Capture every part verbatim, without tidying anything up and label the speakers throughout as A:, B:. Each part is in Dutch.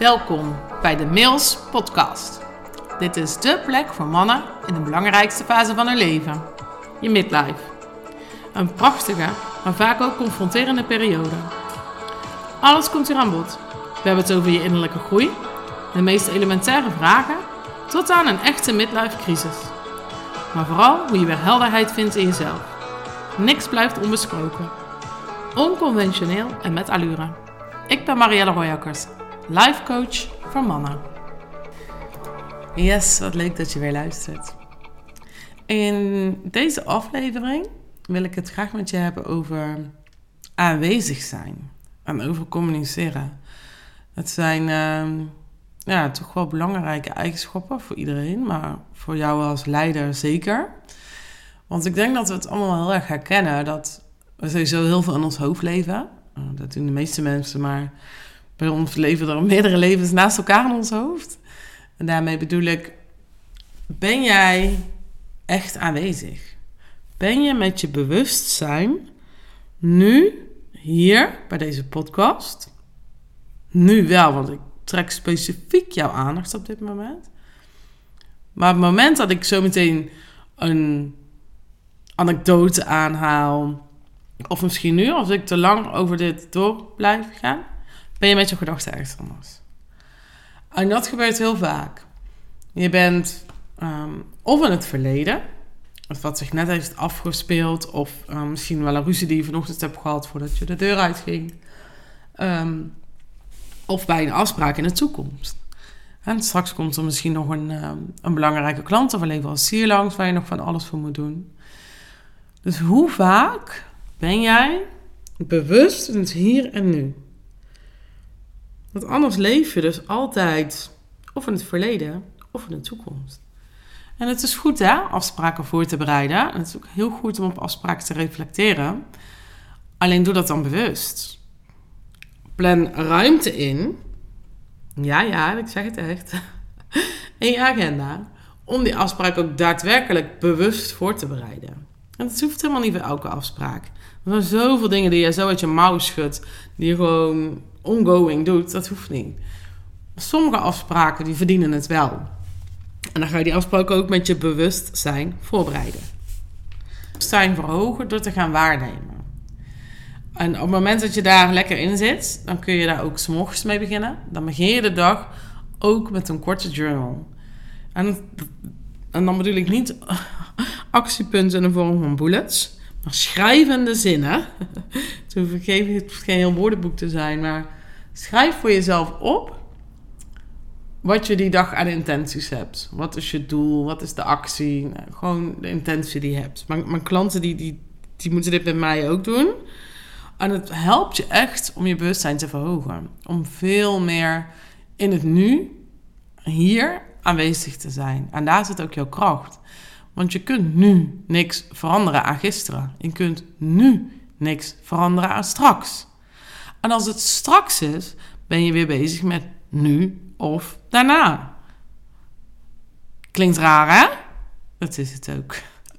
A: Welkom bij de Mails Podcast. Dit is dé plek voor mannen in de belangrijkste fase van hun leven. Je midlife. Een prachtige, maar vaak ook confronterende periode. Alles komt hier aan bod. We hebben het over je innerlijke groei, de meest elementaire vragen, tot aan een echte midlife crisis. Maar vooral hoe je weer helderheid vindt in jezelf. Niks blijft onbesproken. Onconventioneel en met allure. Ik ben Marielle Royakkers, life coach voor mannen. Yes, wat leuk dat je weer luistert. In deze aflevering wil ik het graag met je hebben over aanwezig zijn en over communiceren. Het zijn uh, ja, toch wel belangrijke eigenschappen voor iedereen, maar voor jou als leider zeker. Want ik denk dat we het allemaal heel erg herkennen, dat we sowieso heel veel in ons hoofd leven. Uh, dat doen de meeste mensen, maar bij ons leven er meerdere levens naast elkaar in ons hoofd. En daarmee bedoel ik, ben jij echt aanwezig? Ben je met je bewustzijn nu, hier, bij deze podcast? Nu wel, want ik trek specifiek jouw aandacht op dit moment. Maar op het moment dat ik zo meteen een anekdote aanhaal, of misschien nu, als ik te lang over dit door blijf gaan, ben je met je gedachten ergens anders. En dat gebeurt heel vaak. Je bent um, of in het verleden, of wat zich net heeft afgespeeld, of um, misschien wel een ruzie die je vanochtend hebt gehad voordat je de deur uitging. Um, of bij een afspraak in de toekomst. En straks komt er misschien nog een, um, een belangrijke klant of een leverancier langs waar je nog van alles voor moet doen. Dus hoe vaak ben jij bewust in het hier en nu? Want anders leef je dus altijd of in het verleden of in de toekomst. En het is goed, hè, afspraken voor te bereiden. En het is ook heel goed om op afspraken te reflecteren. Alleen doe dat dan bewust. Plan ruimte in. Ja, ja, ik zeg het echt. In je agenda. Om die afspraak ook daadwerkelijk bewust voor te bereiden. En dat hoeft helemaal niet voor elke afspraak. Er zijn zoveel dingen die je zo uit je mouw schudt. Die je gewoon ongoing doet. Dat hoeft niet. Sommige afspraken die verdienen het wel. En dan ga je die afspraken ook met je bewustzijn voorbereiden. Bewustzijn verhogen door te gaan waarnemen. En op het moment dat je daar lekker in zit, dan kun je daar ook 's morgens mee beginnen. Dan begin je de dag ook met een korte journal. En, en dan bedoel ik niet actiepunten in de vorm van bullets, maar schrijvende zinnen. Het hoeft geen heel woordenboek te zijn, maar schrijf voor jezelf op wat je die dag aan intenties hebt. Wat is je doel? Wat is de actie? Nou, gewoon de intentie die je hebt. Mijn, mijn klanten die, die, die moeten dit met mij ook doen. En het helpt je echt om je bewustzijn te verhogen. Om veel meer in het nu, hier, aanwezig te zijn. En daar zit ook jouw kracht. Want je kunt nu niks veranderen aan gisteren. Je kunt nu niks veranderen aan straks. En als het straks is, ben je weer bezig met nu of daarna. Klinkt raar, hè? Dat is het ook.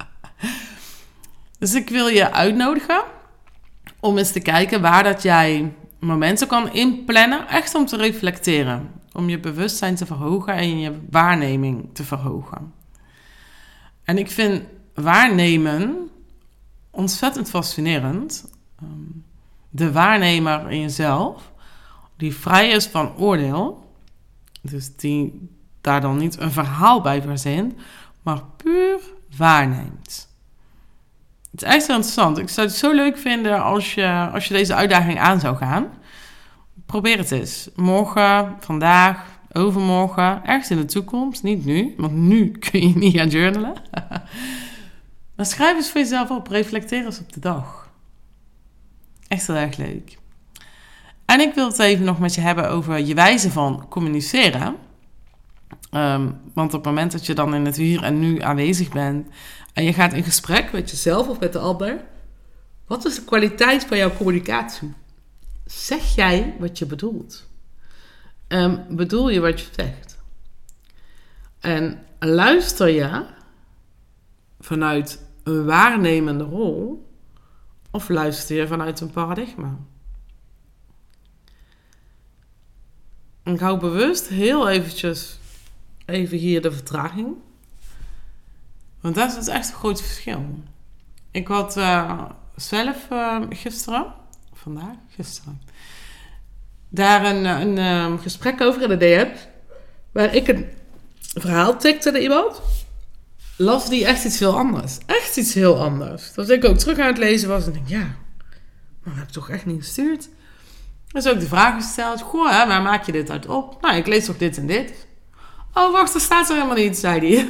A: Dus ik wil je uitnodigen om eens te kijken waar dat jij momenten kan inplannen, echt om te reflecteren. Om je bewustzijn te verhogen en je waarneming te verhogen. En ik vind waarnemen ontzettend fascinerend. De waarnemer in jezelf, die vrij is van oordeel, dus die daar dan niet een verhaal bij verzint, maar puur waarneemt. Het is echt interessant. Ik zou het zo leuk vinden als je, als je deze uitdaging aan zou gaan. Probeer het eens. Morgen, vandaag, overmorgen, ergens in de toekomst. Niet nu, want nu kun je niet gaan journalen. Maar schrijf eens voor jezelf op. Reflecteer eens op de dag. Echt heel erg leuk. En ik wil het even nog met je hebben over je wijze van communiceren. Um, want op het moment dat je dan in het hier en nu aanwezig bent en je gaat in gesprek met jezelf of met de ander, wat is de kwaliteit van jouw communicatie? Zeg jij wat je bedoelt? Um, bedoel je wat je zegt? En luister je vanuit een waarnemende rol of luister je vanuit een paradigma? Ik hou bewust heel eventjes even hier de vertraging. Want dat is dus echt een groot verschil. Ik had uh, zelf uh, gisteren, vandaag, gisteren, daar een, een um, gesprek over in de D M. Waar ik een verhaal tikte naar iemand. Las die echt iets heel anders. Echt iets heel anders. Dat ik ook terug aan het lezen was en denk, ja, maar dat heb ik toch echt niet gestuurd. Dus ook de vraag gesteld, goh, hè, waar maak je dit uit op? Nou, ik lees toch dit en dit. Oh, wacht, er staat er helemaal niet, zei hij.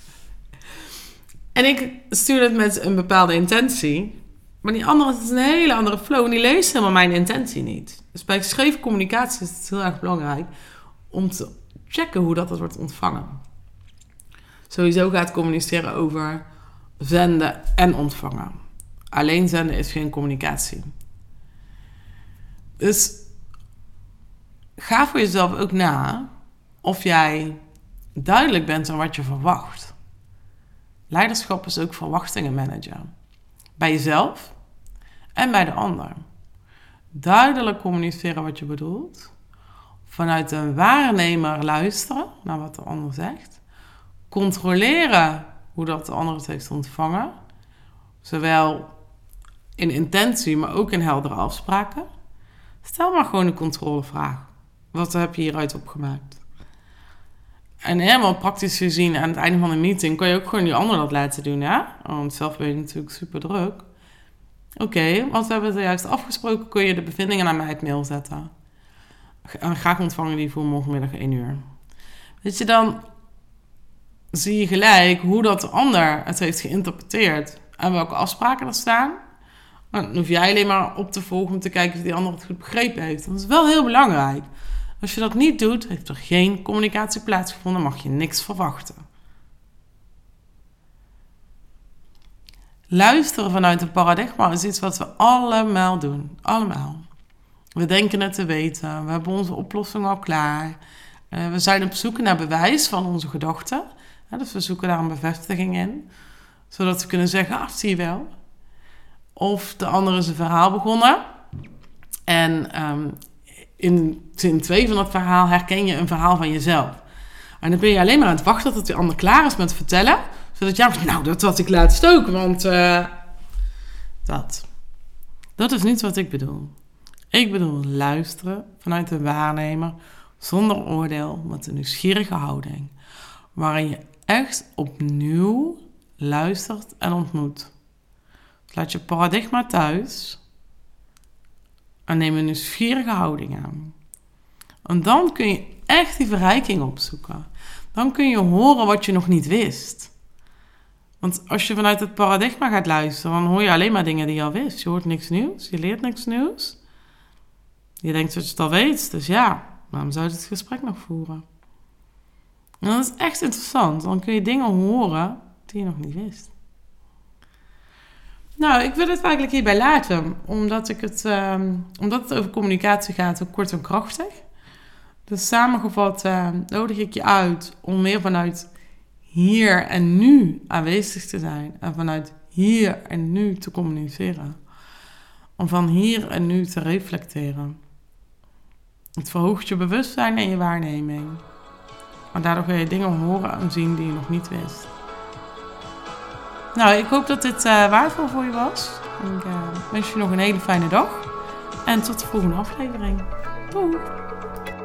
A: En ik stuurde het met een bepaalde intentie. Maar die andere, het is een hele andere flow. En die leest helemaal mijn intentie niet. Dus bij geschreven communicatie is het heel erg belangrijk om te checken hoe dat, dat wordt ontvangen. Sowieso gaat communiceren over zenden en ontvangen. Alleen zenden is geen communicatie. Dus ga voor jezelf ook na of jij duidelijk bent aan wat je verwacht. Leiderschap is ook verwachtingen managen. Bij jezelf en bij de ander. Duidelijk communiceren wat je bedoelt. Vanuit een waarnemer luisteren naar wat de ander zegt. Controleren hoe dat de ander het heeft ontvangen. Zowel in intentie, maar ook in heldere afspraken. Stel maar gewoon een controlevraag. Wat heb je hieruit opgemaakt? En helemaal praktisch gezien, aan het einde van een meeting kan je ook gewoon die ander dat laten doen, ja? Want zelf ben je natuurlijk super druk. Oké, okay, wat we hebben we juist afgesproken, kun je de bevindingen naar mij het mail zetten. En graag ontvangen die voor morgenmiddag één uur. Weet je, dan zie je gelijk hoe dat de ander het heeft geïnterpreteerd en welke afspraken er staan. Dan hoef jij alleen maar op te volgen om te kijken of die ander het goed begrepen heeft. Dat is wel heel belangrijk. Als je dat niet doet, heeft er geen communicatie plaatsgevonden, mag je niks verwachten. Luisteren vanuit een paradigma is iets wat we allemaal doen. Allemaal. We denken het te weten. We hebben onze oplossing al klaar. Uh, we zijn op zoek naar bewijs van onze gedachten. Ja, dus we zoeken daar een bevestiging in. Zodat we kunnen zeggen, ah, zie je wel. Of de ander is een verhaal begonnen. En um, in zin twee van dat verhaal herken je een verhaal van jezelf. En dan ben je alleen maar aan het wachten tot die ander klaar is met vertellen. Zodat jij zegt, nou, dat had ik laatst ook. Want uh, dat. Dat is niet wat ik bedoel. Ik bedoel luisteren vanuit een waarnemer. Zonder oordeel, met een nieuwsgierige houding. Waarin je echt opnieuw luistert en ontmoet. Dus laat je paradigma thuis. En neem een nieuwsgierige houding aan. En dan kun je echt die verrijking opzoeken. Dan kun je horen wat je nog niet wist. Want als je vanuit het paradigma gaat luisteren, dan hoor je alleen maar dingen die je al wist. Je hoort niks nieuws, je leert niks nieuws. Je denkt dat je het al weet, dus ja, waarom zou je het gesprek nog voeren? En dat is echt interessant. Dan kun je dingen horen die je nog niet wist. Nou, ik wil het eigenlijk hierbij laten, omdat, ik het, um, omdat het over communicatie gaat, ook kort en krachtig. Dus samengevat uh, nodig ik je uit om meer vanuit hier en nu aanwezig te zijn en vanuit hier en nu te communiceren. Om van hier en nu te reflecteren. Het verhoogt je bewustzijn en je waarneming. Maar daardoor ga je dingen horen en zien die je nog niet wist. Nou, ik hoop dat dit uh, waardevol voor je was. Ik uh, wens je nog een hele fijne dag. En tot de volgende aflevering. Doei!